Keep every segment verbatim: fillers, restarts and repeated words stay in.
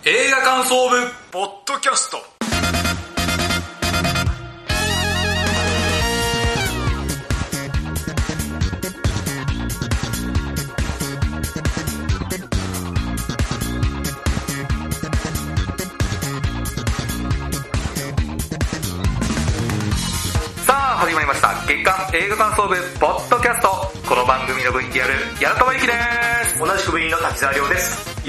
映画感想部ポッドキャスト。さあ始まりました、月刊映画感想部ポッドキャスト。この番組の ブイティーアール 矢田智之です。 同じく部員の滝沢亮です。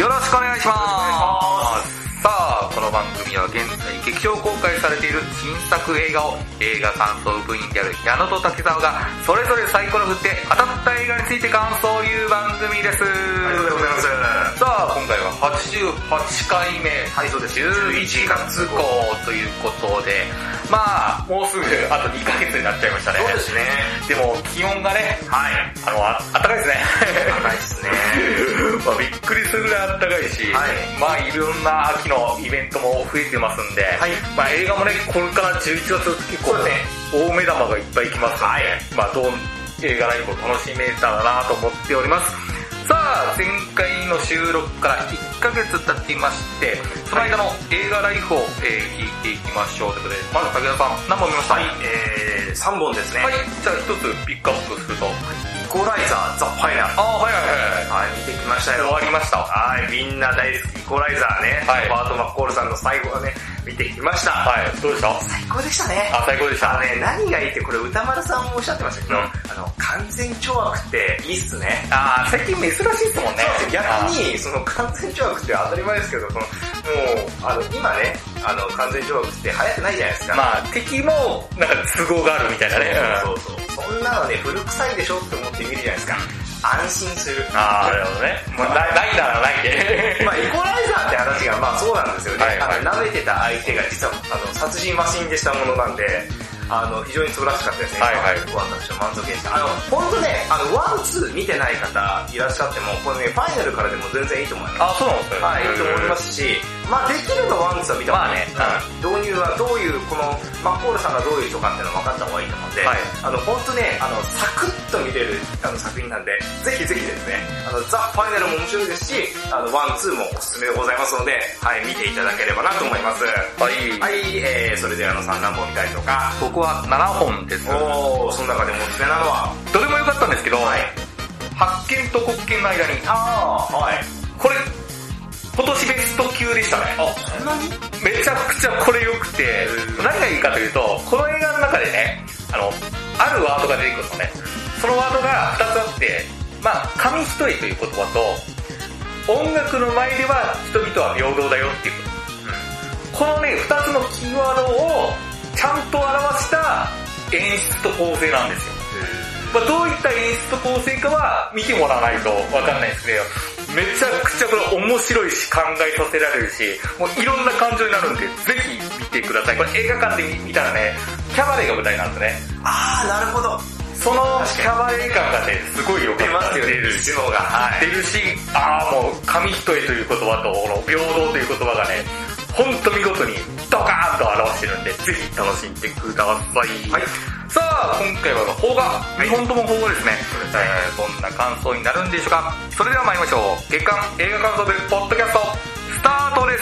よろしくお願いします。さあこの番組は現在劇場公開されている新作映画を映画感想部員である矢野と滝沢がそれぞれサイコロ振って当たった映画について感想を言う番組です。 ありがとうございます。 さあ今回ははちじゅうはちかいめ、 はい、そうです。 じゅういちがつ号ということで、まあもうすぐあとにかげつになっちゃいましたね。 そうですね。 でも気温がね、はい、あのあったかいですね。 あったかいですね。 まあびっくりするぐらいあったかいし、はい、まあいろんな秋のイベントも増えてますんで、はい、まあ映画もねこれからじゅういちがつ結構ね大目玉がいっぱい来ますので、はい、まあどう映画ライフを楽しめたらなと思っております。さあ前回の収録からいっかげつ経っていまして、その間の映画ライフを、えー、聞いていきましょうということで、まず武田さん何本見ました？ はい、えー、さんぼんですね。 はい、じゃあ一つピックアップすると、イコライザーザ・ファイナル。 ああはいはいはい、 はい、見てきましたよ。 終わりました。 はい、みんな大好きイコライザーね、はい、バート・マッコールさんの最後はね見てきました。 はい、どうでした？ 最高でしたね。 あ、最高でした。 あのね、何がいいってこれ歌丸さんもおっしゃってましたけど、うん、あの完全懲悪っていいっすね。 ああ、最近珍しいっすもんね。 逆にその完全懲悪って当たり前ですけど、そのもうあの今ね、あの完全懲悪って流行ってないじゃないですか。 まあ敵もなんか都合があるみたいなね。 そうそうそう。そんなのね古臭いでしょって思って見るじゃないですか。安心する。 ああ、なるほどね。まあ、ない、ないならないで。 まあ、イコライザーって話が、まあそうなんですよね。はいはい、あの、舐めてた相手が実は、あの、殺人マシンでしたものなんで、あの、非常に素晴らしかったですね。はいはい。私は満足でした。あの、ほんとね、あの、ワン、ツー見てない方いらっしゃっても、これね、ファイナルからでも全然いいと思います。 あ、そうなんですか？ はい、いいと思いますし、まあできればワン、ツーは見た方がいい。まあね、うん、導入はどういう、この、マッコールさんがどういう人かっていうの分かった方がいいと思うんで、はい、あの、ほんとね、あの、サクッと見れるあの作品なんで、ぜひぜひですね、あの、ザ・ファイナルも面白いですし、あの、ワン、ツーもおすすめでございますので、はい、見ていただければなと思います。はい。はい、えー、それではあのさん何本見たりとか、 僕はななほんです。 おー、その中でもおすすめなのはどれも良かったんですけど、はい、発見と国見の間に、 あー、はい。 これ、今年ベスト級でしたね。 あ、そんなに？ めちゃくちゃこれ良くて、何がいいかというと、この映画の中でね、あの、あるワードが出てくるのね。そのワードがふたつあって、まあ、紙一重という言葉と、音楽の前では人々は平等だよっていうこと。うん、このね、ふたつのキーワードをちゃんと表した演出と構成なんですよ。まあ、どういった演出と構成かは見てもらわないとわかんないですけど、めちゃくちゃこれ面白いし考えさせられるし、もういろんな感情になるんで、ぜひ見てください。これ映画館で見たらね、キャバレーが舞台なんですね。 あー、なるほど。 そのキャバレー感がね、すごいよかった。 出ますよね、出るし、はい、 出るし、あーもう紙一重という言葉とこの平等という言葉がね、ほんと見事にドカーンと表してるんで、ぜひ楽しんでください。はい、さあ、今回は邦画、にほんとも邦画ですね。えー、どんな感想になるんでしょうか。それでは参りましょう。月刊映画感想部ポッドキャスト、スタートです。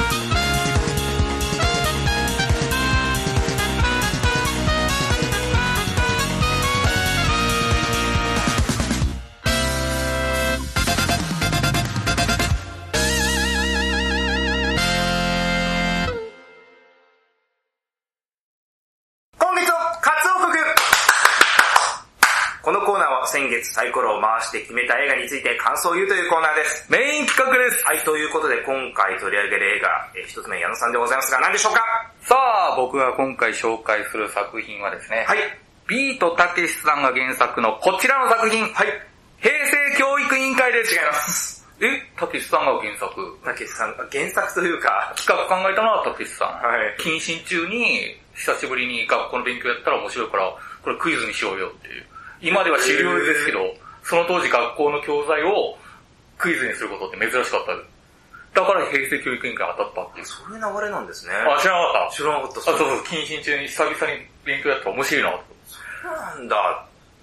このコーナーは先月サイコロを回して決めた映画について感想を言うというコーナーです。 メイン企画です。 はい、ということで今回取り上げる映画、えー、一つ目矢野さんでございますが何でしょうか？ さあ、僕が今回紹介する作品はですね、はい、ビートたけしさんが原作のこちらの作品、はい、平成教育委員会です。 違います。 え、たけしさんが原作？ たけしさんが原作というか企画考えたのはたけしさん。 はい。 謹慎中に久しぶりに学校の勉強やったら面白いからこれクイズにしようよっていう。今では主流ですけど、その当時学校の教材をクイズにすることって珍しかった。だから平成教育委員会当たったっていう。 そういう流れなんですね。 あ、知らなかった。 知らなかった。 あ、そうそう、謹慎中に久々に勉強やったら面白いな。 そうなんだ。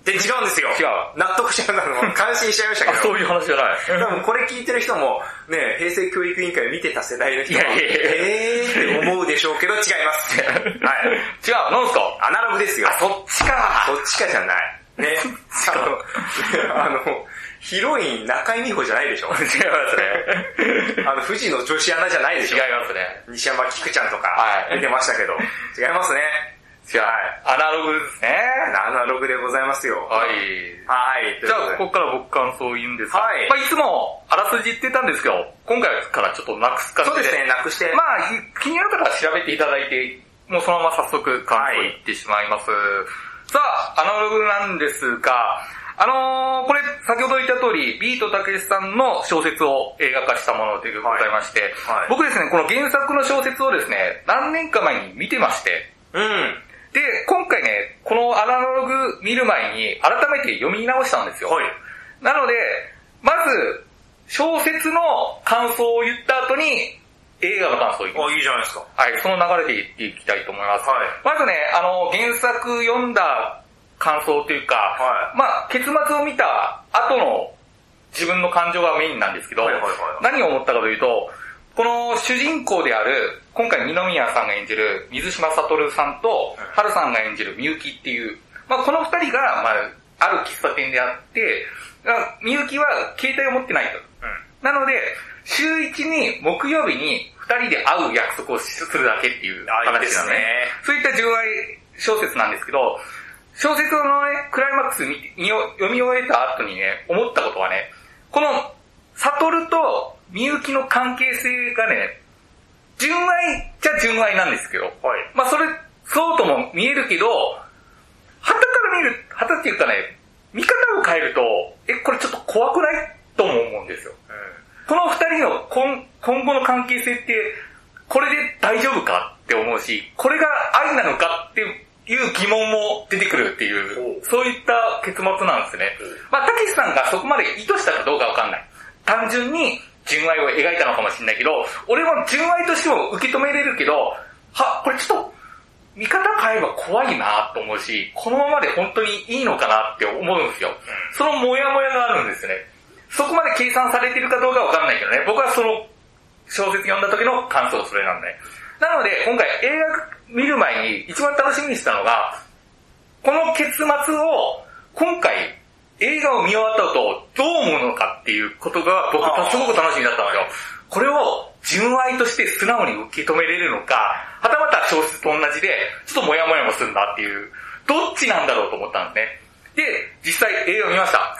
で、違うんですよ。 違う。 納得しちゃうのも感心しちゃいましたけど。 そういう話じゃない。 多分これ聞いてる人も、ね、平成教育委員会を見てた世代の人は、えーって思うでしょうけど違います。はい。違う、 なんすか？ アナログですよ。 あ、そっちか。 そっちかじゃない。ね。あの、あの、ヒロイン中井美穂じゃないでしょ。違いますね。 あの、富士の女子アナじゃないでしょ。 違いますね。 西山菊ちゃんとか出てましたけど。はい、違いますね。 違う。アナログですね。 アナログでございますよ。 はい。 はい。 じゃあ、ここから僕感想を言うんですが、はい。まあいつもあらすじ言ってたんですけど、今回からちょっとなくす感じで。 そうですね、なくして。 まあ、気になる方は調べていただいて、もうそのまま早速感想言ってしまいます。はい、さあ、アナログなんですが、あのー、これ、先ほど言った通り、ビートたけしさんの小説を映画化したものでございまして、はいはい、僕ですね、この原作の小説をですね、何年か前に見てまして、 うん。 で、今回ね、このアナログ見る前に改めて読み直したんですよ。はい。なので、まず、小説の感想を言った後に、映画の感想を言います。 あ、いいじゃないですか。 はい、その流れで言っていきたいと思います。はい。まずね、あの、原作読んだ感想というか、はい、まあ結末を見た後の自分の感情がメインなんですけど、はいはいはいはい、何を思ったかというと、この主人公である、今回二宮さんが演じる水島悟さんと、春さんが演じるみゆきっていう、まあこの二人が、まあ、ある喫茶店であって、みゆきは携帯を持ってないと。うん、なので、週一に木曜日に二人で会う約束をするだけっていう話なんですね。そういった純愛小説なんですけど、小説のね、クライマックス見読み終えた後にね、思ったことはね、この、悟とみゆきの関係性がね、純愛じゃ純愛なんですけど、はい、まあそれ、そうとも見えるけど、旗から見る、旗っていうかね、見方を変えると、え、これちょっと怖くないとも思うんですよ。うん、この二人の今、今後の関係性って、これで大丈夫かって思うし、これが愛なのかっていう疑問も出てくるっていう、そういった結末なんですね。まあ、たけしさんがそこまで意図したかどうかわかんない。単純に純愛を描いたのかもしれないけど、俺も純愛としても受け止めれるけど、は、これちょっと、見方変えば怖いなと思うし、このままで本当にいいのかなって思うんですよ。そのモヤモヤがあるんですね。そこまで計算されてるかどうかわかんないけどね、僕はその小説読んだ時の感想それなんで。なので、今回映画見る前に一番楽しみにしたのが、この結末を今回映画を見終わった後どう思うのかっていうことが僕はすごく楽しみだったんですよ。これを純愛として素直に受け止めれるのか、はたまた小説と同じでちょっとモヤモヤもするんだっていう、どっちなんだろうと思ったんですね。で、実際映画を見ました。はい。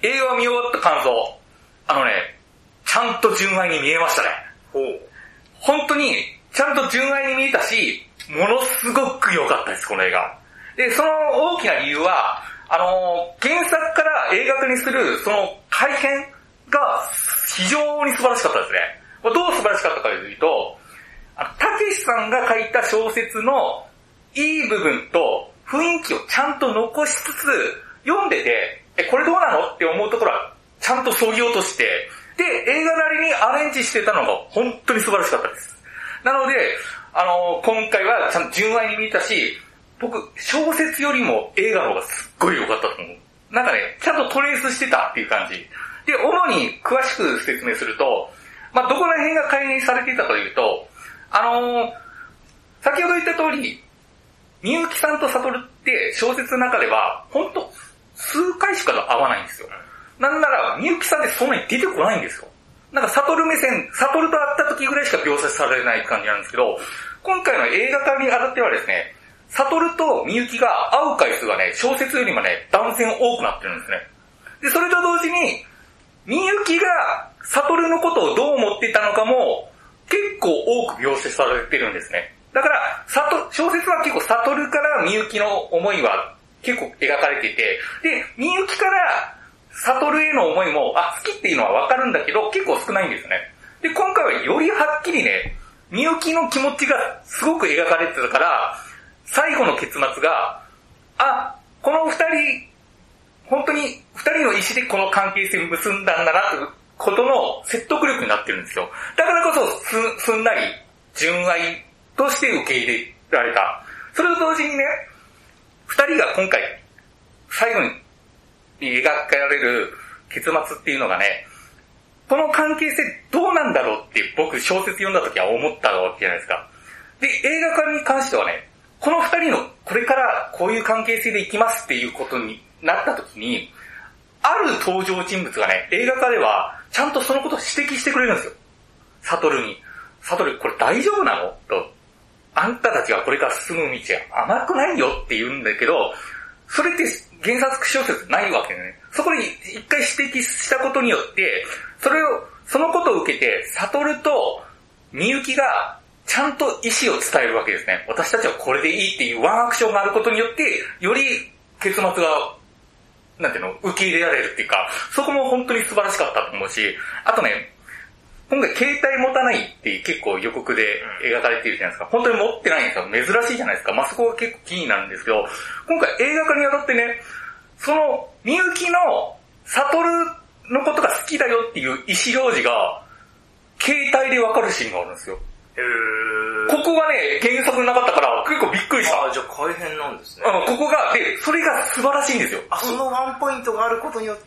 映画を見終わった感想。あのね、ちゃんと純愛に見えましたね。ほう。本当にちゃんと純愛に見えたし、ものすごく良かったです、この映画。で、その大きな理由は、あのー、原作から映画化にする、その改編が非常に素晴らしかったですね。どう素晴らしかったかというと、たけしさんが書いた小説のいい部分と雰囲気をちゃんと残しつつ、読んでて、え、これどうなのって思うところはちゃんと削ぎ落として、で、映画なりにアレンジしてたのが本当に素晴らしかったです。なので、あのー、今回はちゃんと純愛に見たし、僕、小説よりも映画の方がすっごい良かったと思う。なんかね、ちゃんとトレースしてたっていう感じ。で、主に詳しく説明すると、まあ、どこら辺が改変されていたかというと、あのー、先ほど言った通り、みゆきさんと悟って小説の中では、ほんと、数回しか会わないんですよ。なんなら、みゆきさんってそんなに出てこないんですよ。なんか、悟目線、悟と会った時ぐらいしか描写されない感じなんですけど、今回の映画化にあたってはですね、悟とみゆきが会う回数がね、小説よりもね、断然多くなってるんですね。で、それと同時に、みゆきが悟のことをどう思っていたのかも、結構多く描写されてるんですね。だから、悟、小説は結構悟からみゆきの思いは結構描かれていて、で、みゆきから悟への思いも、あ、好きっていうのはわかるんだけど、結構少ないんですね。で、今回はよりはっきりね、みゆきの気持ちがすごく描かれてたから、最後の結末が、あ、この二人、本当に二人の意思でこの関係性を結んだんだなということの説得力になってるんですよ。だからこそす、すんなり純愛として受け入れられた。それと同時にね、二人が今回、最後に描かられる結末っていうのがね、この関係性どうなんだろうって僕小説読んだ時は思ったわけじゃないですか。で、映画化に関してはね、この二人のこれからこういう関係性でいきますっていうことになった時に、ある登場人物がね、映画化ではちゃんとそのことを指摘してくれるんですよ。サトルに。サトル、これ大丈夫なのと。あんたたちがこれから進む道は甘くないよって言うんだけど、それって原作小説ないわけね。そこに一回指摘したことによって、それを、そのことを受けて、サトルとみゆきがちゃんと意思を伝えるわけですね。私たちはこれでいいっていうワンアクションがあることによって、より結末が、なんていうの、受け入れられるっていうか、そこも本当に素晴らしかったと思うし、あとね、今回携帯持たないって結構予告で描かれているじゃないですか。本当に持ってないんですよ。珍しいじゃないですか。まあ、そこが結構気になるんですけど、今回映画化にあたってね、その、みゆきのサトルのことが好きだよっていう意思表示が、携帯でわかるシーンがあるんですよ。 へー。 ここがね、原作なかったから結構びっくりした。 あ、じゃあ改編なんですね。 うん、ここが、で、それが素晴らしいんですよ。 あ、そのワンポイントがあることによって、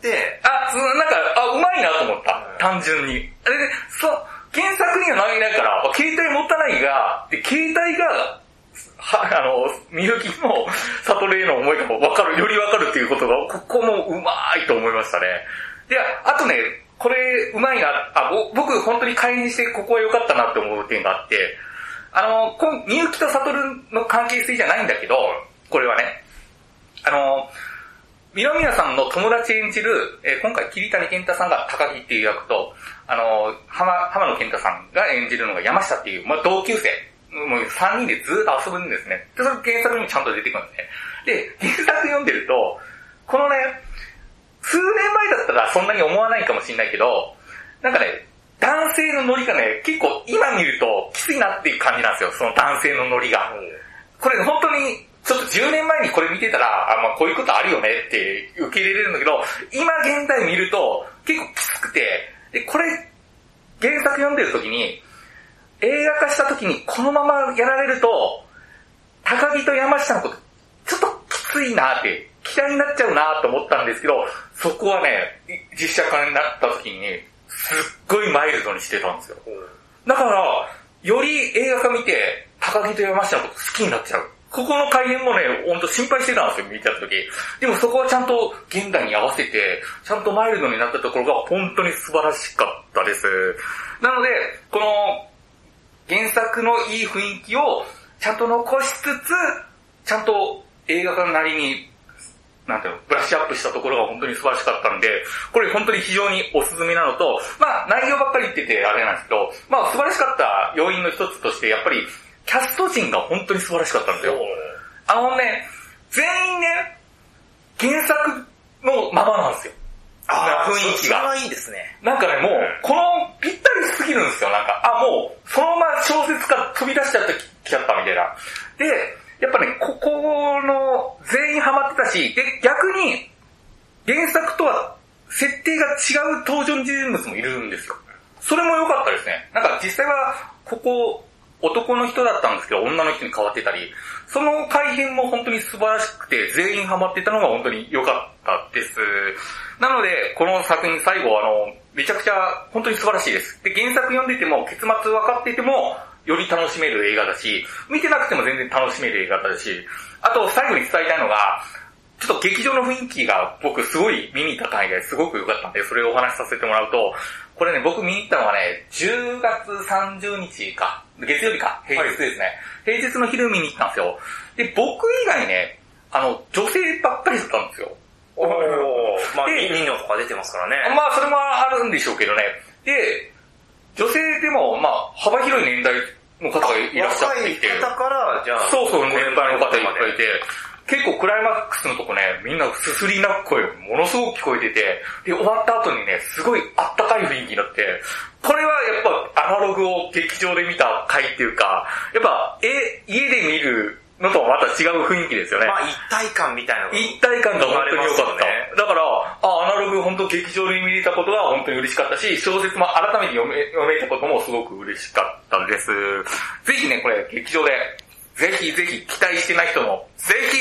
あ、なんか、あ、うまいなと思った。単純に。で、そう、原作にはないないから、携帯持たないが、で、携帯が、は、あの、みゆきのサトルへの思いがわかる、よりわかるっていうことが、ここもうまいと思いましたね。で、あとね、これ、うまいな、あ、僕、本当に開演してここは良かったなって思う点があって、あの、みゆきとサトルの関係性じゃないんだけど、これはね、あの、二宮さんの友達演じる、えー、今回桐谷健太さんが高木っていう役と、あの、浜、浜野健太さんが演じるのが山下っていう、まあ、同級生。もう三人でずーっと遊ぶんですね。で、それ原作にもちゃんと出てくるんですね。で、原作読んでると、このね、数年前だったらそんなに思わないかもしれないけど、なんかね、男性のノリがね、結構今見るときついなっていう感じなんですよ、その男性のノリが。これ本当に、ちょっとじゅうねんまえにこれ見てたら、あ、まあこういうことあるよねって受け入れれるんだけど、今現代見ると結構きつくて、で、これ、原作読んでる時に、映画化した時にこのままやられると、高木と山下のこと、ちょっときついなって、嫌いになっちゃうなと思ったんですけど、そこはね、実写化になった時に、すっごいマイルドにしてたんですよ。だから、より映画化見て、高木と山下のこと好きになっちゃう。ここの改編もね、ほんと心配してたんですよ、見てた時。でもそこはちゃんと現代に合わせて、ちゃんとマイルドになったところが本当に素晴らしかったです。なので、この、原作のいい雰囲気をちゃんと残しつつ、ちゃんと映画化なりに、なんていうの、ブラッシュアップしたところが本当に素晴らしかったんで、これ本当に非常におすすめなのと、まあ内容ばっかり言っててあれなんですけど、まあ素晴らしかった要因の一つとして、やっぱりキャスト陣が本当に素晴らしかったんですよ。あのね、全員ね、原作のままなんですよ。 あ雰囲気が。 それはいいですね。 なんかね、もう、この、ぴったりすぎるんですよ、なんか。あ、もう、そのまま小説から飛び出しちゃってきちゃったみたいな。で、やっぱね、ここの、全員ハマってたし、で、逆に、原作とは、設定が違う登場人物もいるんですよ。それも良かったですね。なんか実際は、ここ、男の人だったんですけど、女の人に変わってたり、その改編も本当に素晴らしくて、全員ハマってたのが本当に良かったです。なので、この作品最後あの、めちゃくちゃ本当に素晴らしいです。で、原作読んでても、結末分かっていても、より楽しめる映画だし、見てなくても全然楽しめる映画だし、あと最後に伝えたいのが、ちょっと劇場の雰囲気が僕すごい見に行った範囲ですごく良かったんで、それをお話しさせてもらうと、これね、僕見に行ったのはね、じゅうがつさんじゅうにちか、月曜日か、平日ですね。はい、平日の昼見に行ったんですよ。で、僕以外ね、あの、女性ばっかりだったんですよ。 おー、まあ、ニノとか出てますからね。 まあ、それもあるんでしょうけどね。で、女性でも、まあ、幅広い年代の方がいらっしゃっていて。 若い方から、じゃあ、 そうそう、年配の方いっぱいいて、結構クライマックスのとこね、みんなすすり泣く声ものすごく聞こえてて、で、終わった後にね、すごいあったかい雰囲気になって、これはやっぱアナログを劇場で見た回っていうか、やっぱ、え、家で見るのとはまた違う雰囲気ですよね。 まあ一体感みたいなのが一体感が本当に良かった。 ね、 だから、あ、アナログ本当劇場で見れたことが本当に嬉しかったし、小説も改めて読め、読めたこともすごく嬉しかったです。ぜひね、これ劇場で、ぜひぜひ期待してない人も、ぜひ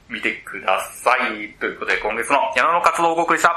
見てください。ということで今月の矢野の活動をお送りした。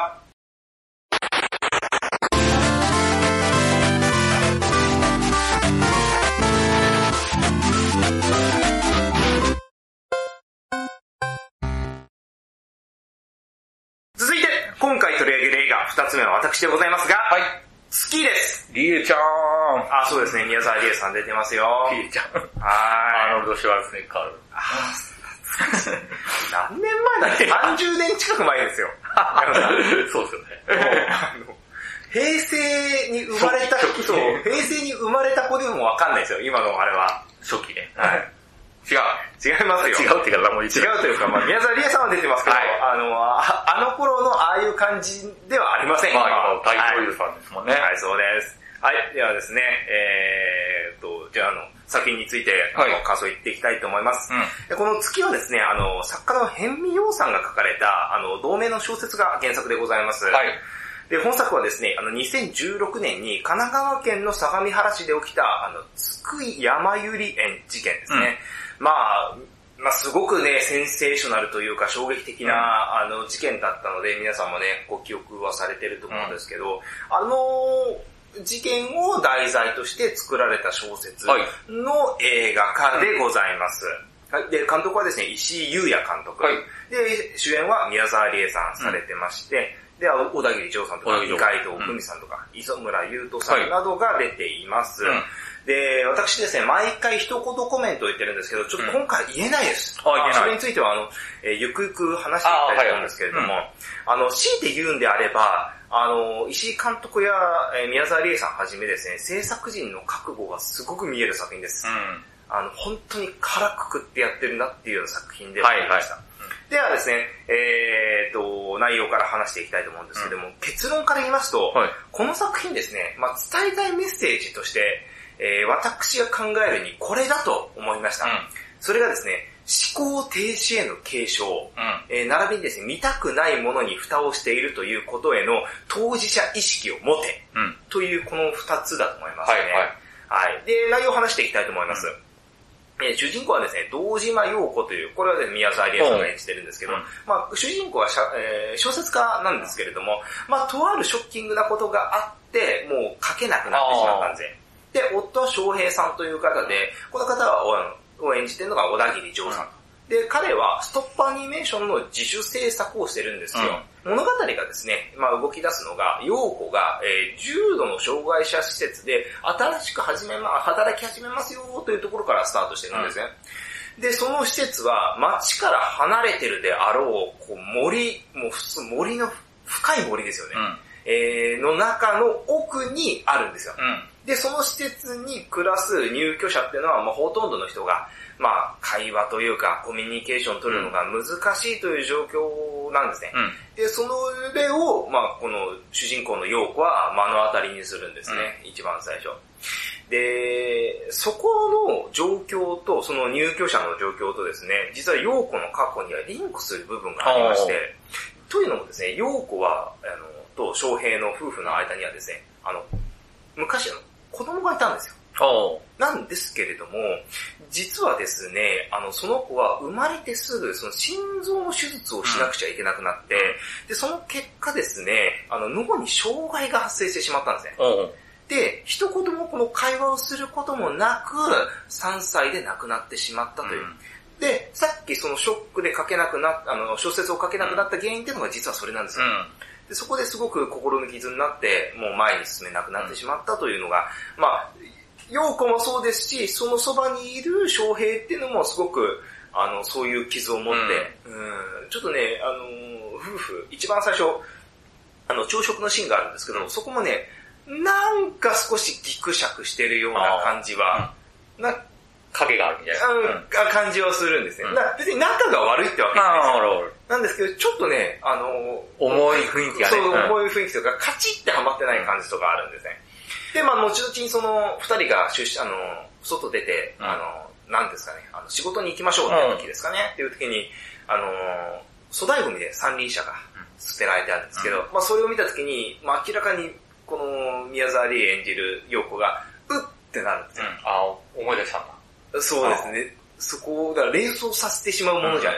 続いて、今回取り上げる映画二つ目は私でございますが、はい。好きです。 リエちゃん。 あ、そうですね。宮沢りえさん出てますよ。 リエちゃん。 はい。 アーノルド・シュワルツェネッガール。 あ何年前だっけ ?さんじゅう 年近く前ですよ。 そうですよね。 平成に生まれた人、平成に生まれた子でもわかんないですよ。今のあれは。 初期ね。 はい。違う。違いますよ。 違うっていうか、もう違うというか、まあ、宮沢りえさんは出てますけど、はい、あのあ、あの頃のああいう感じではありません。 まあ、大女優さんですもんね。 はい、そうです。はい、ではですね、えーっと、じゃあ、あの、作品について、はい、感想を言っていきたいと思います。うん、この月はですね、あの、作家の辺見陽さんが書かれた、あの、同名の小説が原作でございます。はい。で、本作はですね、あの、にせんじゅうろくねんに神奈川県の相模原市で起きた、あの、津久井やまゆり園事件ですね。うん、まあ、まあ、すごくね、センセーショナルというか衝撃的な、うん、あの、事件だったので、皆さんもね、ご記憶はされてると思うんですけど、うん、あの事件を題材として作られた小説の映画化でございます。はい、で、監督はですね、石井裕也監督。はい、で、主演は宮沢りえさんされてまして、うん、で、小田切丈さんとか、二階堂ふみさんとか、うん、磯村優斗さんなどが出ています。はい、で、私ですね、毎回一言コメントを言ってるんですけど、ちょっと今回言えないです。うん、あ、言えない。それについては、あの、えー、ゆくゆく話していきたいと思うんですけれども、あ、はいうん、あの、強いて言うんであれば、あの、石井監督や、えー、宮沢りえさんはじめですね、制作陣の覚悟がすごく見える作品です。うん、あの、本当に腹くくってやってるなっていうような作品でございました。はいはいではですね、えーと、内容から話していきたいと思うんですけども、うん、結論から言いますと、はい、この作品ですね、まあ、伝えたいメッセージとして、えー、私が考えるにこれだと思いました。うん、それがですね、思考停止への継承、うんえー、並びにですね、見たくないものに蓋をしているということへの当事者意識を持て、うん、というこの二つだと思いますね。はい、はいはい。で、内容を話していきたいと思います。うんえー、主人公はですね、堂島陽子という、これはですね、宮沢りえさんが演じてるんですけど、うん、まあ、主人公はしゃ、えー、小説家なんですけれども、まあ、とあるショッキングなことがあって、もう書けなくなってしまったんですね。で、夫は翔平さんという方で、この方はを演じてるのが小田切丈さんと。で、彼はストップアニメーションの自主制作をしてるんですよ。うん、物語がですね、まあ動き出すのが、陽子が、えー、重度の障害者施設で新しく始めま、働き始めますよというところからスタートしてるんですね。うん、で、その施設は街から離れてるであろう、こう森、もう普通森の深い森ですよね。うんえー、の中の奥にあるんですよ。うん、で、その施設に暮らす入居者っていうのは、まあ、ほとんどの人が、まあ、会話というか、コミュニケーションを取るのが難しいという状況なんですね。うん、で、それを、まあ、この主人公の陽子は目の当たりにするんですね。うん、一番最初。で、そこの状況と、その入居者の状況とですね、実は陽子の過去にはリンクする部分がありまして、というのもですね、陽子は、あの、と翔平の夫婦の間にはですね、あの、昔あの子供がいたんですよ。なんですけれども、実はですね、あの、その子は生まれてすぐ、その心臓の手術をしなくちゃいけなくなって、うん、で、その結果ですね、あの、脳に障害が発生してしまったんですね。で、一言もこの会話をすることもなく、さんさいで亡くなってしまったという。うんで、さっきそのショックで書けなくなった、あの、小説を書けなくなった原因っていうのが実はそれなんですよ。うんでそこですごく心の傷になって、もう前に進めなくなってしまったというのが、まあ、陽子もそうですし、そのそばにいる翔平っていうのもすごく、あの、そういう傷を持って、うん、うんちょっとね、あの、夫婦、一番最初、あの、朝食のシーンがあるんですけど、そこもね、なんか少しギクシャクしてるような感じは、うん、な影があるみたいな。 うん、感じはするんですね。うん、別に仲が悪いってわけじゃないですよ。なんですけど、ちょっとね、あの、 重い雰囲気がね。 そう、重い雰囲気とか、カチッてはまってない感じとかあるんですね。で、まあ、後々にその、二人が出あの、外出て、うん、あの、なんですかね、あの、仕事に行きましょうっていう時ですかね、うん、っていう時に、あの、粗大ゴミで三輪車が捨てられてあるんですけど、うん、まあ、それを見た時に、まあ、明らかに、この、宮沢りえ演じる陽子が、うってなるんですよ。うん、 ああ、思い出したんだ。 そうですね。そこを、だから連想させてしまうものじゃないですか。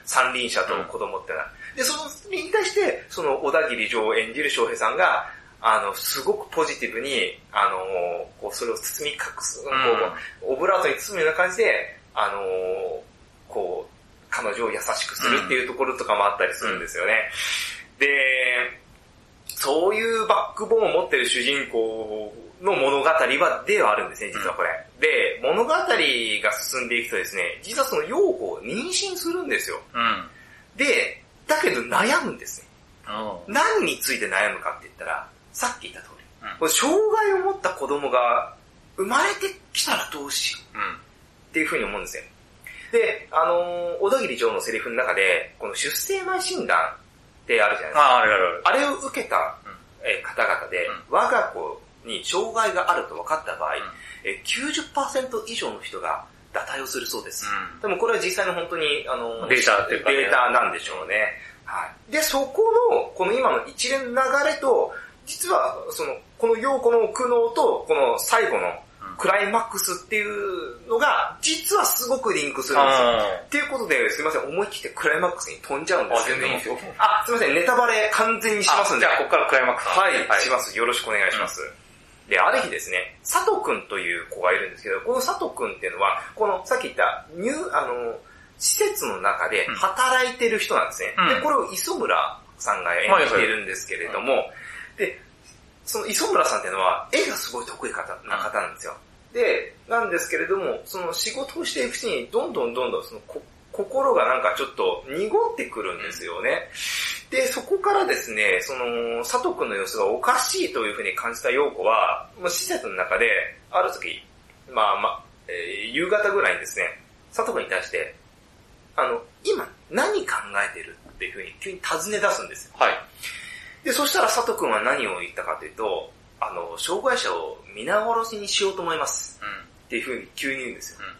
三輪車と子供ってのは。うん、で、そのに対して、その小田切城を演じる翔平さんが、あの、すごくポジティブに、あの、こう、それを包み隠す、こう、オブラートに包むような感じで、あの、こう、彼女を優しくするっていうところとかもあったりするんですよね。うん、で、そういうバックボーンを持ってる主人公の物語は、ではあるんですね、実はこれ。うん、で、物語が進んでいくとですね、実はその陽子を妊娠するんですよ。うん、で、だけど悩むんですね。うん、何について悩むかって言ったら、さっき言った通り、うん、これ障害を持った子供が生まれてきたらどうしよう、うん、っていうふうに思うんですよ。で、あのー、小田切城のセリフの中で、この出生前診断ってあるじゃないですか。 あ、あるあるあれを受けた、えー、方々で、うん、我が子に障害があると分かった場合、うん、えー、きゅうじゅっパーセント 以上の人が堕胎をするそうです。うん、でもこれは実際の本当に、あのー、 データっていうか、ね、 データなんでしょうね。はい。で、そこの、この今の一連の流れと、実は、その、この陽子の苦悩と、この最後のクライマックスっていうのが、実はすごくリンクするんですよ。っていうことで、すいません、思い切ってクライマックスに飛んじゃうんですけど。 あ、全然いいですよ。 あ、すいません、ネタバレ完全にしますんで。 じゃあ、ここからクライマックス。 はい、はい、します。よろしくお願いします。うん、で、ある日ですね、佐藤くんという子がいるんですけど、この佐藤くんっていうのは、この、さっき言った、ニュー、あの、施設の中で働いてる人なんですね。うん、で、これを磯村さんが演じているんですけれども、うん、で、その磯村さんっていうのは絵がすごい得意な方なんですよ。で、なんですけれども、その仕事をしていくうちにどんどんどんどんそのこ心がなんかちょっと濁ってくるんですよね。で、そこからですね、その佐藤くんの様子がおかしいというふうに感じた陽子は、もう施設の中である時、まあまあ、えー、夕方ぐらいにですね、佐藤くんに対して、あの、今何考えてるっていうふうに急に尋ね出すんですよ。はい。で、そしたら佐藤くんは何を言ったかというと、あの、障害者を皆殺しにしようと思います。うん、っていうふうに急に言うんですよ。うん、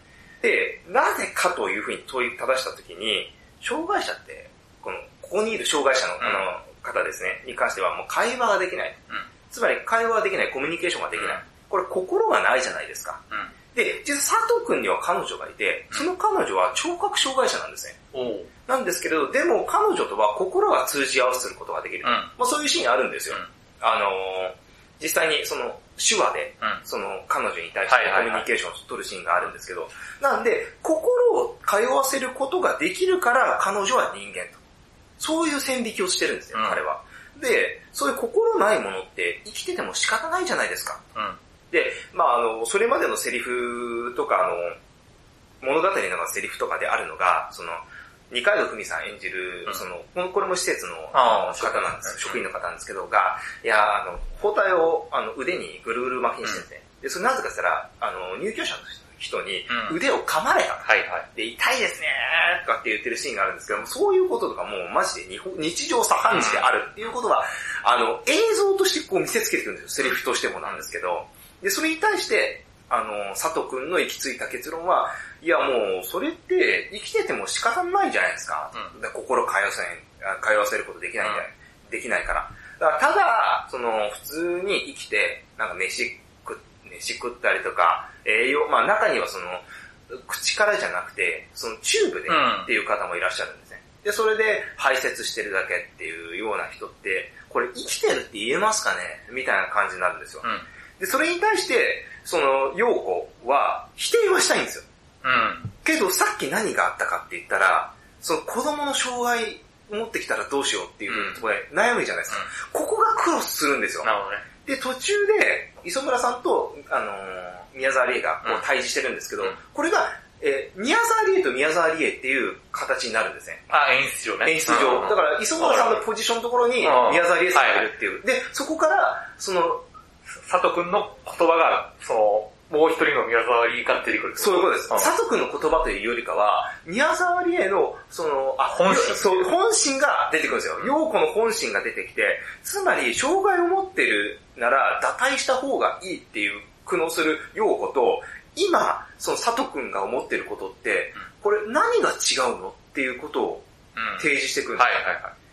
で、なぜかというふうに問いただしたときに、障害者って、この、ここにいる障害者の、うん、あの方ですね、に関してはもう会話ができない。うん、つまり会話ができない、コミュニケーションができない。うん、これ心がないじゃないですか。うん、で、実は佐藤くんには彼女がいて、その彼女は聴覚障害者なんですね。うんなんですけれど、でも彼女とは心が通じ合わせることができる。うん、まあそういうシーンあるんですよ。うん、あのー、実際にその手話で、うん、その彼女に対してコミュニケーションを取るシーンがあるんですけど、なんで、心を通わせることができるから彼女は人間と。そういう線引きをしてるんですよ、うん、彼は。で、そういう心ないものって生きてても仕方ないじゃないですか。うん、で、まああの、それまでのセリフとか、あの、物語の中のセリフとかであるのが、その、二階堂ふみさん演じる、その、これも施設の方なんです、職員の方なんですけどが、いや、あの、包帯をあの腕にぐるぐる巻きにしてて、で、それなぜかしたら、あの、入居者の人に腕を噛まれた。はいはい。で、痛いですねーとかって言ってるシーンがあるんですけども、そういうこととかもうマジで日常茶飯事であるっていうことは、あの、映像としてこう見せつけてくるんですよ、セリフとしてもなんですけど。で、それに対して、あの、佐藤くんの行き着いた結論は、いやもう、それって生きてても仕方ないじゃないですか。うん、で心通わせない、通わせることできないんじゃない、うん、できないから。だからただ、その、普通に生きて、なんか飯食、飯食ったりとか、栄養、まあ中にはその、口からじゃなくて、そのチューブでっていう方もいらっしゃるんですね。で、それで排泄してるだけっていうような人って、これ生きてるって言えますかねみたいな感じになるんですよ。うん、で、それに対して、その、陽子は否定はしたいんですよ。うん。けどさっき何があったかって言ったら、その子供の障害持ってきたらどうしようっていうところで悩むじゃないですか。うん、ここがクロスするんですよ。なるほどね。で、途中で、磯村さんと、あのー、宮沢りえがこう対峙してるんですけど、うん、これが、えー、宮沢りえと宮沢りえっていう形になるんですね。 あ、演出上ね。 演出上。だから、磯村さんのポジションのところに宮沢りえさんがいるっていう。で、そこから、その、 佐藤くんの言葉が、その、もう一人の宮沢りえが出てくる。 そういうことです。うん、佐藤くんの言葉というよりかは、宮沢りえの、その、あ、 本心。 そう、本心が出てくるんですよ。陽子の本心が出てきて、つまり、障害を持ってるなら、堕胎した方がいいっていう苦悩する陽子と、今、その佐藤くんが思ってることって、これ何が違うのっていうことを提示してくるんですよ。うん、はいはいはい。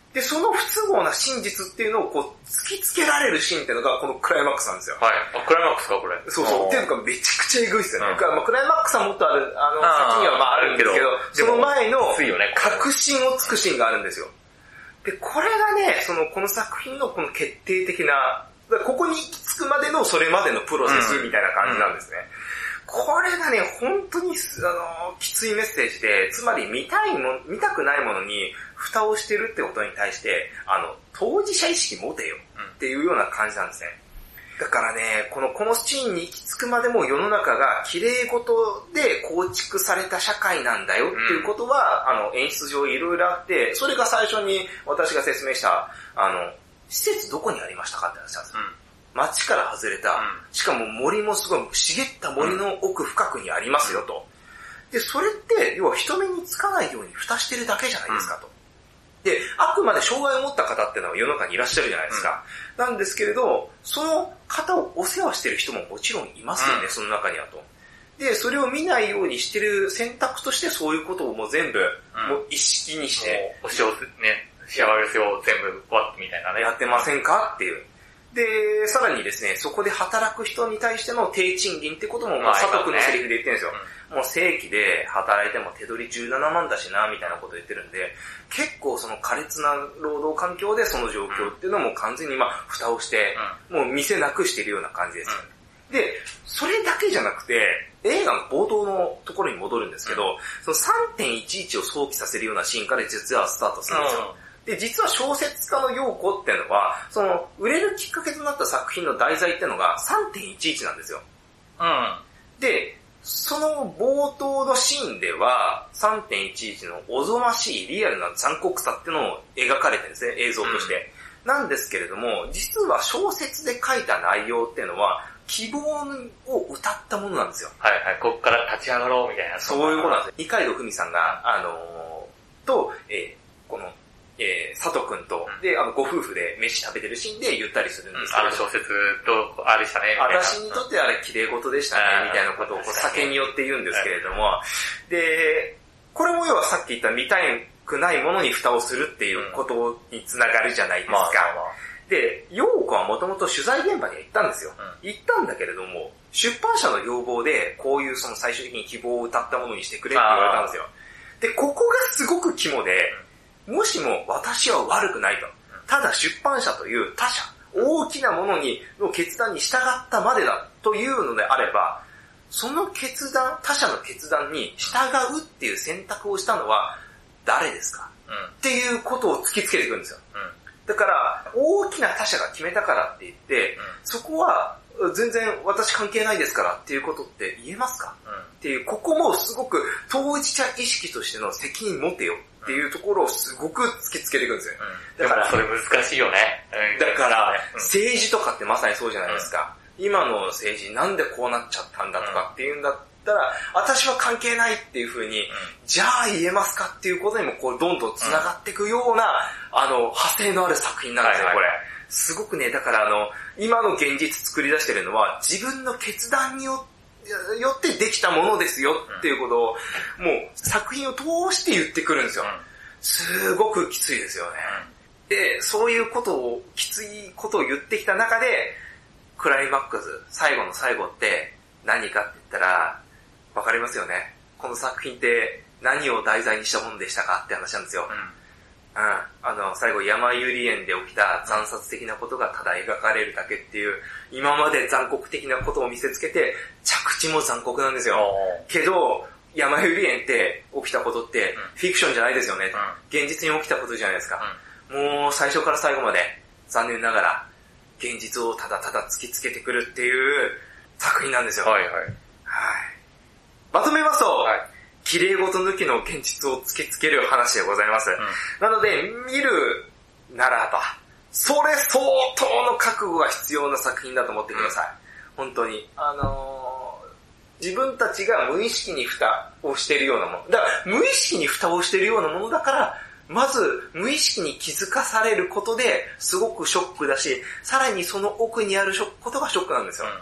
で、その不都合な真実っていうのをこう、突きつけられるシーンっていうのがこのクライマックスなんですよ。 はい。あ、クライマックスか、これ。 そうそう。っていうのがめちゃくちゃエグいっすよね。うん、まあ、クライマックスはもっとある、あの、先にはまああるんですけど、その前の確信をつくシーンがあるんですよ。で、これがね、その、この作品のこの決定的な、ここに行き着くまでのそれまでのプロセスみたいな感じなんですね。うんうん、これがね、本当に、あの、きついメッセージで、つまり見たいも、見たくないものに蓋をしてるってことに対して、あの、当事者意識持てよっていうような感じなんですね。だからね、この、このシーンに行き着くまでも世の中が綺麗事で構築された社会なんだよっていうことは、うん、あの、演出上いろいろあって、それが最初に私が説明した、あの、施設どこにありましたかって話なんですよ。うん、街から外れた、うん、しかも森もすごい茂った森の奥深くにありますよと。で、それって、要は人目につかないように蓋してるだけじゃないですかと。で、あくまで障害を持った方っていうのは世の中にいらっしゃるじゃないですか。うん、なんですけれど、その方をお世話してる人ももちろんいますよね、うん、その中にはと。で、それを見ないようにしてる選択としてそういうことをもう全部、うん、もう意識にして。 お仕事ね、幸せを全部わってみたいなね。 やってませんかっていう。で、さらにですね、そこで働く人に対しての低賃金ってことも、まあ、佐藤くんのセリフで言ってるんですよ。うん、もう正規で働いても手取りじゅうななまんだしな、みたいなこと言ってるんで、結構その苛烈な労働環境でその状況っていうのも完全にまあ、蓋をして、うん、もう店なくしてるような感じですよね。うん、で、それだけじゃなくて、映画の冒頭のところに戻るんですけど、うん、その さんてんいちいち を想起させるようなシーンから実はスタートするんですよ。うんで、実は小説家の陽子っていうのは、その、売れるきっかけとなった作品の題材っていうのが さんてんいちいち なんですよ。 うん。 で、その冒頭のシーンでは、さんてんいちいち のおぞましいリアルな残酷さっていうのを描かれてるんですね、映像として。うん、なんですけれども、実は小説で書いた内容っていうのは、希望を歌ったものなんですよ。 はいはい、こっから立ち上がろうみたいな。 そういうことなんですよ。二階堂ふみさんが、あのー、と、えー、この、えー、佐藤くんと、で、あの、ご夫婦で飯食べてるシーンで言ったりするんですけど、うん、 あの小説と、あれしたね、みたいな。 私にとってあれ綺麗事でしたね、みたいなことをこう酒によって言うんですけれども、で、これも要はさっき言った見たくないものに蓋をするっていうことにつながるじゃないですか。うんまあまあ、で、陽子はもともと取材現場には行ったんですよ。うん、行ったんだけれども、出版社の要望で、こういうその最終的に希望を歌ったものにしてくれって言われたんですよ。で、ここがすごく肝で、もしも私は悪くないと。ただ出版社という他者、大きなものに、の決断に従ったまでだというのであれば、その決断、他者の決断に従うっていう選択をしたのは誰ですか、うん、っていうことを突きつけていくんですよ。うん、だから、大きな他者が決めたからって言って、うん、そこは全然私関係ないですからっていうことって言えますか、うん、っていう、ここもすごく当事者意識としての責任持てよ。っていうところをすごく突きつけていくんですよ。 うん、だからそれ難しいよね。 だから、うん、政治とかってまさにそうじゃないですか。うん、今の政治なんでこうなっちゃったんだとかっていうんだったら、私は関係ないっていう風に、うん、じゃあ言えますかっていうことにもこうどんどん繋がっていくような、うん、あの、派生のある作品なんですよ、はいはい、これ。すごくね、だからあの、今の現実作り出してるのは自分の決断によってよってできたものですよっていうことを、もう作品を通して言ってくるんですよ。すごくきついですよね。で、そういうことを、きついことを言ってきた中で、クライマックス、最後の最後って何かって言ったら、わかりますよね。この作品って何を題材にしたものでしたかって話なんですよ。うんうん、あの、最後、山百合園で起きた惨殺的なことがただ描かれるだけっていう、今まで残酷的なことを見せつけて、着地も残酷なんですよ。けど、山百合園って起きたことって、フィクションじゃないですよね。うん、現実に起きたことじゃないですか。うん、もう最初から最後まで、残念ながら、現実をただただ突きつけてくるっていう作品なんですよ。 はいはい。はい。 まとめますと、はい綺麗事抜きの現実を突きつける話でございます。うん、なので、見るならば、それ相当の覚悟が必要な作品だと思ってください。うん、本当に。あのー、自分たちが無意識に蓋をしているようなもの。だから無意識に蓋をしているようなものだから、まず無意識に気づかされることですごくショックだし、さらにその奥にあるショックことがショックなんですよ。うん、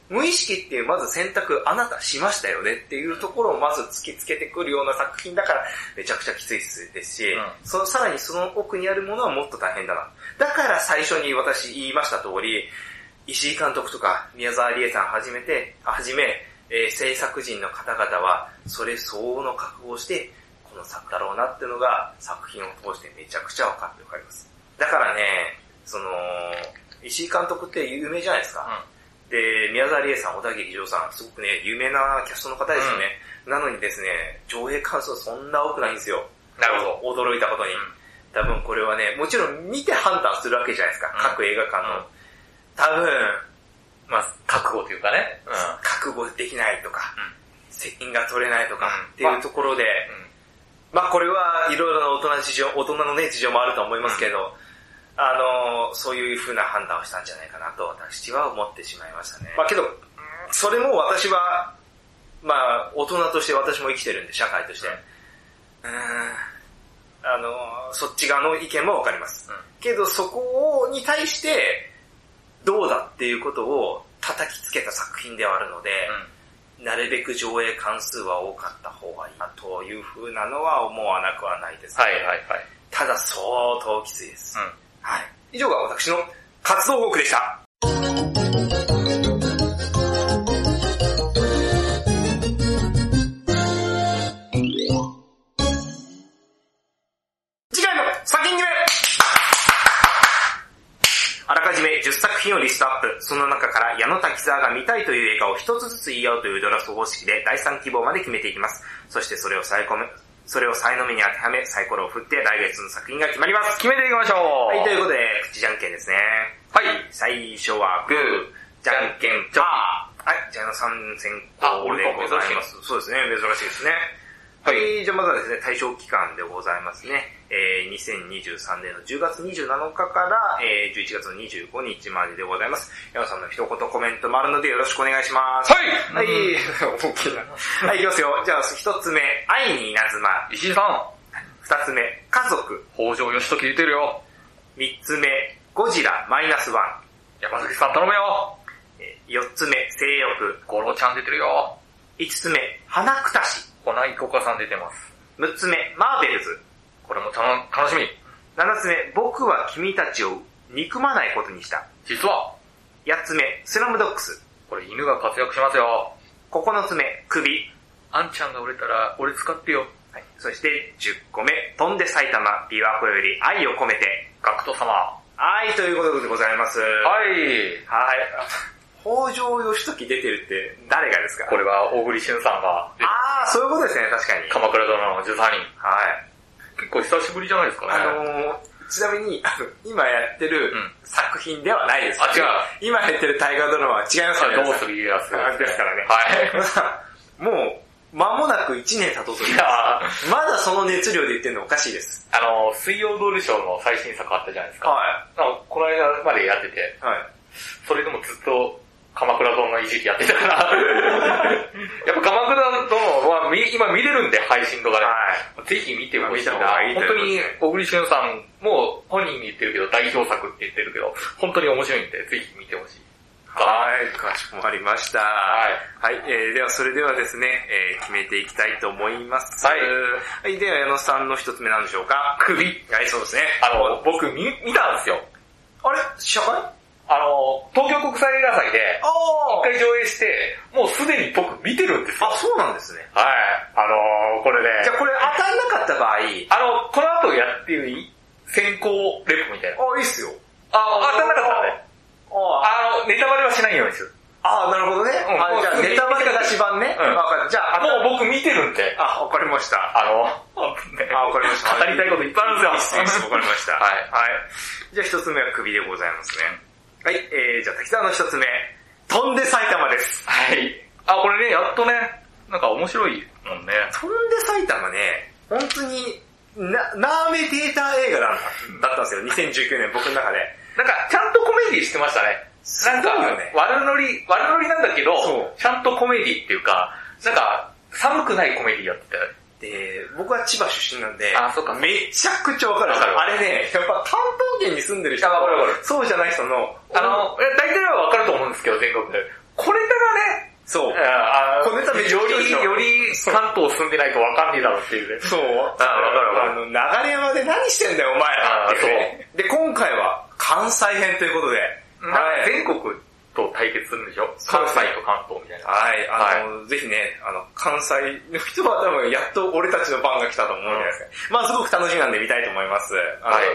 無意識っていうまず選択あなたしましたよねっていうところをまず突きつけてくるような作品だからめちゃくちゃきついですし、うん、そのさらにその奥にあるものはもっと大変だな。だから最初に私言いました通り、石井監督とか宮沢りえさんはじめて、はじめ、えー、制作人の方々はそれ相応の覚悟をしてこの作だろうなっていうのが作品を通してめちゃくちゃ分かってわかります。だからね、その石井監督って有名じゃないですか。うん、で、宮沢りえさん、小田切丈さん、すごくね有名なキャストの方ですよね。うん、なのにですね、上映感想そんな多くないんですよ。 なるほど。驚いたことに。うん、多分これはね、もちろん見て判断するわけじゃないですか。うん、各映画館の。うん、多分、 まあ、覚悟というかね。 うん、覚悟できないとか、うん、責任が取れないとか、うん、っていうところで、まあ、うん、まあこれはいろいろな大人の事情、大人のね、事情もあると思いますけど、うん、あの、そういう風な判断をしたんじゃないかなと私は思ってしまいましたね。まあけど、それも私は、まあ大人として私も生きてるんで、社会として。うーん、あの、そっち側の意見もわかります。うん、けどそこに対して、どうだっていうことを叩きつけた作品ではあるので、うん、なるべく上映関数は多かった方がいいなという風なのは思わなくはないです、ね。 はいはいはい。 ただ相当きついです。うん、はい。以上が私の活動報告でした。次回の作品決め。あらかじめじゅっさく品をリストアップ。その中から矢野滝沢が見たいという映画を一つずつ言い合うというドラフト方式でだいさん希望まで決めていきます。そしてそれをさいこめ、それをさいの目に当てはめ、サイコロを振って来月の作品が決まります。 決めていきましょう。 はい、ということで、口じゃんけんですね。 はい。 最初はグー、じゃんけん、パー。はい、じゃあのさん先行でございます。そうですね、珍しいですね。はい、じゃあまずはですね、対象期間でございますね。えー、にせんにじゅうさんねんのじゅうがつにじゅうなのかから、えー、じゅういちがつのにじゅうごにちまででございます。矢野さんの一言コメントもあるのでよろしくお願いします。 はいはい、大きな。はい、いきますよ。じゃあ一つ目、愛に稲妻。 石井さん。 二つ目、家族。 北条義時言ってるよ。 三つ目、ゴジラマイナスワン。 山崎さん頼むよ。 四つ目、性欲。 五郎ちゃん出てるよ。 五つ目、花くたし。 粉井コカさん出てます。 六つ目、マーベルズ。 これもたの楽しみ。 七つ目、僕は君たちを憎まないことにした。 実は。 八つ目、スラムドッグス。 これ犬が活躍しますよ。 九つ目、首。 あんちゃんが売れたら俺使ってよ。 はい。そして十個目、飛んで埼玉、琵琶湖より愛を込めて。 ガクト様。 はい、ということでございます。 はい。 はい。北条義時出てるって誰がですか？ これは小栗旬さんが。 ああ、そういうことですね、確かに。 鎌倉殿のじゅうさんにん。 はい。 結構久しぶりじゃないですかね。 あのー、ちなみに、あの、今やってる作品ではないです、 ね、うん。あ、違う。 今やってる大河ドラマは違いますからね。どうする家康ですからね。 はい。 もう、間もなくいちねん経とうとしてますまだその熱量で言ってるのおかしいです。 あの、水曜どうでしょうの最新作あったじゃないですか。 はい。 この間までやってて、 はい。 それでもずっと、鎌倉殿のいじりやってたからやっぱ鎌倉殿は今見れるんで配信とかで、はい、ぜひ見てほしいな。本当に小栗旬さんも本人に言ってるけど代表作って言ってるけど本当に面白いんでぜひ見てほしい。 はい、かしこまりました。はい。はい、えー、ではそれではですね、えー、決めていきたいと思います。 はい。 はい、では矢野さんの一つ目なんでしょうか？ 首。 はい、そうですね。 あの、僕見、見たんですよ。 あれ試写会？ あの、東京国際映画祭で、一回上映して、もうすでに僕見てるんですよ。 あ、そうなんですね。 はい。あのー、これね。 じゃあこれ当たんなかった場合、 あの、この後やっていい先行レポみたいな。 あ、いいっすよ。 あ、当たんなかったらね。あの、ネタバレはしないようにする。 あ、なるほどね。うん、あ、じゃあネタバレ出し版ね。 うん。わかる。 じゃあ、 もう僕見てるんで。 あ、わかりました。 あの、 あ、わかりました。 語りたいこといっぱいあるんですよ。 わかりました。はい。はい。じゃあ一つ目は首でございますね。はい、えー、じゃあ滝沢の一つ目、飛んで埼玉です。 はい。あ、これね、やっとね、なんか面白いもんね。 飛んで埼玉ね、本当に、な、ナーメテーター映画だったんですよ、にせんじゅうきゅうねん僕の中で。 なんか、ちゃんとコメディしてましたね。なんか、ね、悪ノリ、悪ノリなんだけど、ちゃんとコメディっていうか、なんか、寒くないコメディやってた。 で、僕は千葉出身なんで、 あ、そうか。 めちゃくちゃわかる。あれね、やっぱ関東圏に住んでる人は、そうじゃない人の、 あの、大体はわかると思うんですけど、全国で。これかはね、 そう。 あ小ネタめっちゃより、より関東住んでないとわかんねえだろっていうね。 そう。 ああ、わかるわかる。 あの、流山で何してんだよ、お前らっていうね。で、今回は関西編ということで。 はい。全国と対決するんでしょ？関西と関東みたいな。 はい。あの、はい、ぜひね、あの、関西の人は多分やっと俺たちの番が来たと思うんじゃないですか。うん、まあすごく楽しみなんで見たいと思います。はい。はい。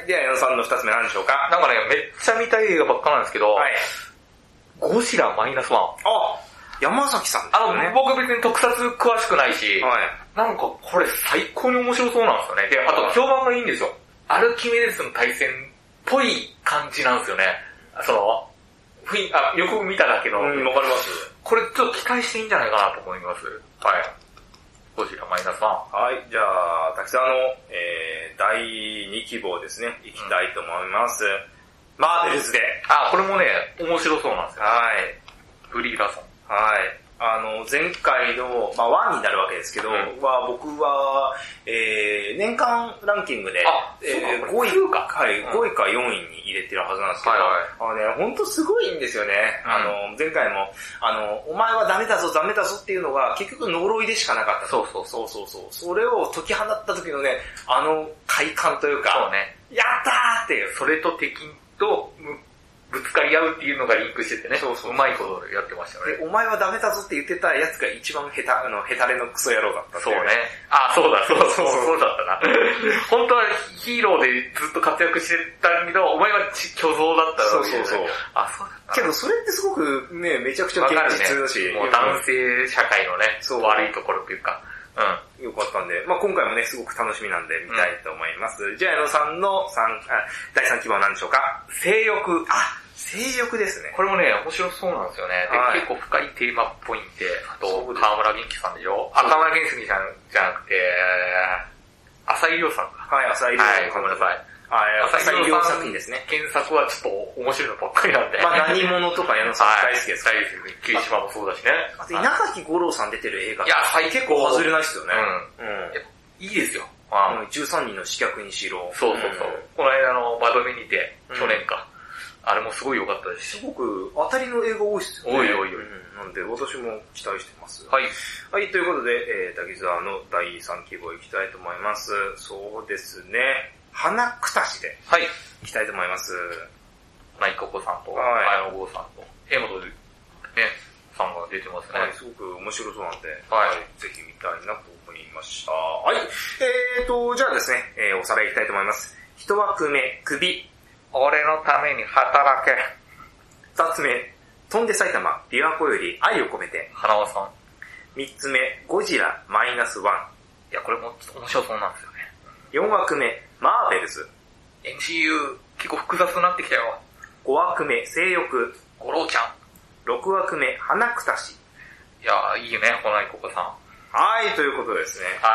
では、矢野さんの二つ目何でしょうか？ なんかね、めっちゃ見たい映画ばっかなんですけど、はい。ゴジラマイナスワン。 あ、山崎さんですね。 あの、僕別に特撮詳しくないし、はい。なんかこれ最高に面白そうなんですよね。で、あと評判がいいんですよ。アルキメデスの対戦っぽい感じなんですよね。その、ふいあよく見ただけの。 うん、わかります。 これちょっと期待していいんじゃないかなと思います。はい。ゴジラマイナスワン。 はい、じゃあ、滝沢の、えー、だいに希望ですね、いきたいと思います。うん、マーベルズで。 あ、これもね、面白そうなんですよ。 はい。 ブリーラソン。 はい。あの、前回の、まあ、ワンになるわけですけど、うん、は僕は、えー、年間ランキングで、 あ、 えー、ごいか、はい、うん、ごいかよんいに入れてるはずなんですけど、はいはい、あのね、ほんとすごいんですよね。うん、あの、前回も、あの、お前はダメだぞ、ダメだぞっていうのが、結局呪いでしかなかった。 そうそうそうそうそう。それを解き放った時のね、あの快感というか、 そうね。 やったーっていう。 それと敵と、ぶつかり合うっていうのがリンクしててね。そうそう。うまいことやってましたね。 で、お前はダメだぞって言ってたやつが一番ヘタ、あの、ヘタレのクソ野郎だったっていう、 そうね。あ、そうだ、そうそう、そうだったな。本当はヒーローでずっと活躍してたけど、お前は虚像だったら、ね、そうそうそう。 あ、そうだった。 けどそれってすごくね、めちゃくちゃ現実だし。 ね、もう男性社会のね、そう悪いところっていうか。 うん。よかったんで、まあ今回もね、すごく楽しみなんで見たいと思います。うん、じゃあ、矢野さんの三あだいさん希望は何でしょうか？性欲。あ、性欲ですね。 これもね、面白そうなんですよね。で、はい、結構深いテーマっぽいんで、あと、河村元気さんでしょ？あ、河村元気さんじゃなくて、浅井亮さんか。 はい、浅井亮さん。 はい、ごめんなさい。 あ、浅井亮作品ですね。 原作はちょっと面白いのばっかりなんで。 まあ何者とか矢野さん大好きです。 大好きです。霧島もそうだしね。 あと稲垣吾郎さん出てる映画。 いや、 結構外れないっすよね。 うん。うん。いいですよ。 うん。じゅうさんにんの刺客にしろ。 そうそうそう。この間のバドミにて、去年か。あれもすごい良かったです。 すごく当たりの映画多いっすよね。 多い多い多い。 なんで私も期待してます。 はい。 はい、ということで、えー、滝沢のだいさん希望いきたいと思います。そうですね。花くたしで、 はい。 いきたいと思います。 内ココさんと、 はい。 綾野剛さんと、江本ね、さんが出てますね。 はい、すごく面白そうなんで、 はい。 ぜひ見たいなと思いました。はい。えーと、じゃあですね、えー、おさらいいきたいと思います。一枠目、首。 俺のために働け。 二つ目、飛んで埼玉、琵琶湖より愛を込めて。 花輪さん。 三つ目、ゴジラマイナスワン。 いや、これも面白そうなんですよね。 四枠目、マーベルズ。 エムシーユー 結構複雑になってきたよ。 ご枠目、性欲。 五郎ちゃん。 ろく枠目、花くたし。 いやー、いいよね、ほないここさん。 はい、ということですね。 はい。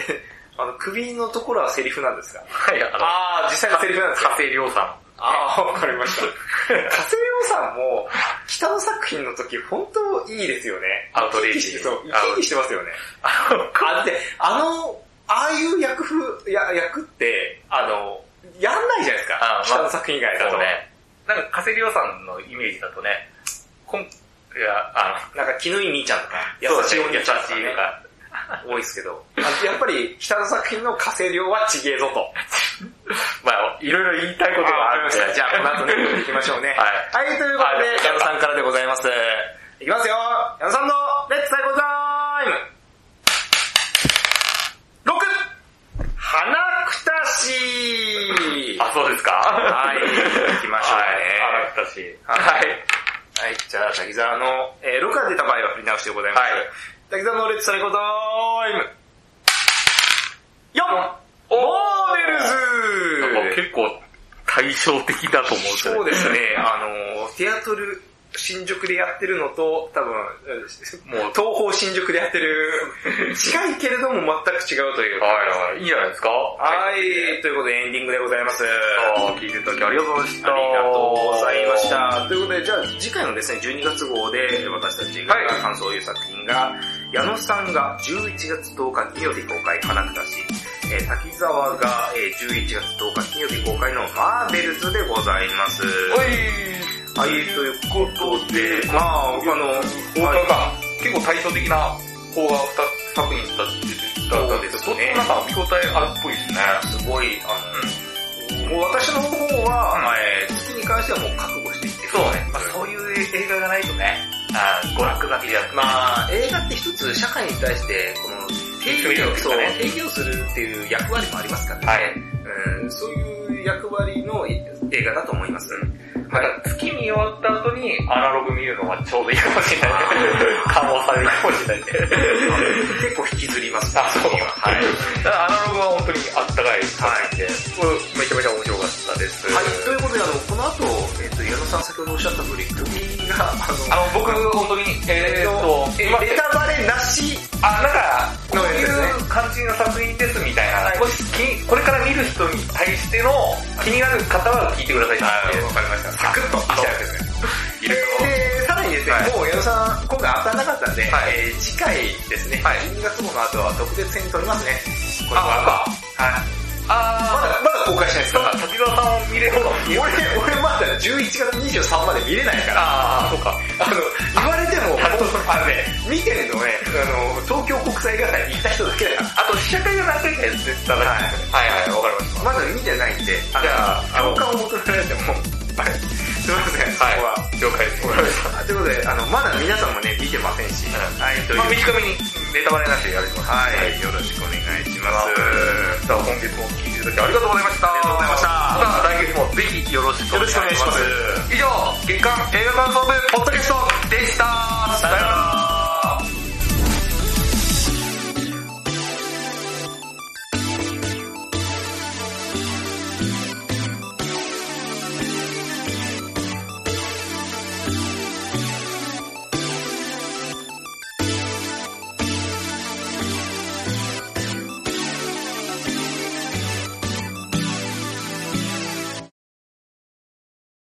あの、首のところはセリフなんですか？ はい、あの、 あー、実際のセリフなんですか？ 加瀬亮さん。 あー、わかりました。加瀬亮さんも、北野作品の時、本当いいですよね。 アウトレイジ。 そう、生き生きしてますよね。あ、で、あの、ああいう役風、や、役って、あの、やんないじゃないですか。あ、北の作品以外だと。 ね。なんか、加瀬亮さんのイメージだとね、こん、いや、あの、 なんか、気のいい兄ちゃんとか、 優しいお兄ちゃんとか、ね、 多いですけど、やっぱり、北の作品の加瀬亮はちげえぞと。 まあ、いろいろ言いたいことがあるんで。 じゃあ、この後ね、行きましょうね。はい。はい、ということで、矢野さんからでございます。いきますよ。矢野さんの、レッツサイコタイムろく! 花くたしあ、そうですか？ はい。行きましょうね。 花くたし。 はい。はい。じゃあ、滝沢の、えー、ろくが出た場合は振り直しでございます。はい。滝沢のレッツサイコタイムよん! モーベルズ結構対照的だと思う。 そうですね。あの、テアトル新宿でやってるのと、多分、もう東方新宿でやってる、近いけれども全く違うという。 はいはい。いいじゃないですか。 はい。ということでエンディングでございます。 聞いていただきありがとうございました。 ありがとうございました。ということで、じゃあ次回のですね、じゅうにがつ号で私たちが感想を言う作品が、矢野さんがじゅういちがつとおか金曜日公開、花くたし。えー、滝沢が、えー、じゅういちがつとおか金曜日公開のマーベルズでございます。 はい。 はい、ということで、まあ、あの、 放課が結構対照的な邦画ふたつさくにんだったんですけど、なんか見応えあるっぽいですね。 すごい、あの、もう私の方は、えー、月に関してはもう覚悟していって、 そうね。まあそういう映画がないとね、あ娯楽がきじゃなくて。 まあ、映画って一つ社会に対して、この、提供を、ね、提供するっていう役割もありますからね。はい。うん、そういう役割の映画だと思います。 また月見終わった後にアナログ見るのはちょうどいいかもしれない。緩和されるかもしれない。 結構引きずります、 あ、そう。はい。だからアナログは本当にあったかい作品で、これめちゃめちゃ面白かったです。 はい。ということで、あの、この後、えっと、矢野さん先ほどおっしゃった通り、首が、 あの、あの僕、本当に、えーっと、 ネタバレなし、 あ、なんか、こういう感じの作品ですみたいな、もしこれから見る人に対しての気になる方は聞いてくださいって。 わかりました。 サクッといっちゃうんですね。 で、さらにですね、はい、もう矢野さん、今回当たらなかったんで、はい、えー、次回ですね、はい、じゅうにがつ号の後は特別編撮りますね。 これは。あ、はい。 あー、まだ、まだ公開してないですか？ 滝沢さんを見れるの俺、俺まだじゅういちがつにじゅうさんまで見れないから。 あー、そうか。 あの、言われても、あのね、見てるのね、あの、東京国際映画祭に行った人だけだから。 あと、試写会が何回かやってたら、はい、はいはい、わかりました。 まだ見てないんで、じゃあ、共感を求められても、はい。すいません、そこは。 了解です。わかりました。ということで、あの、まだ皆さんもね、見てませんし、 はい、という。まあ、短めにネタバレなしでやります。 はい、よろしくお願いします。 じゃあ、今月も聞いていただきありがとうございました。 ありがとうございました。 また来月もぜひよろしくお願いします。以上、月刊映画感想部ポッドキャストでした。 さよなら。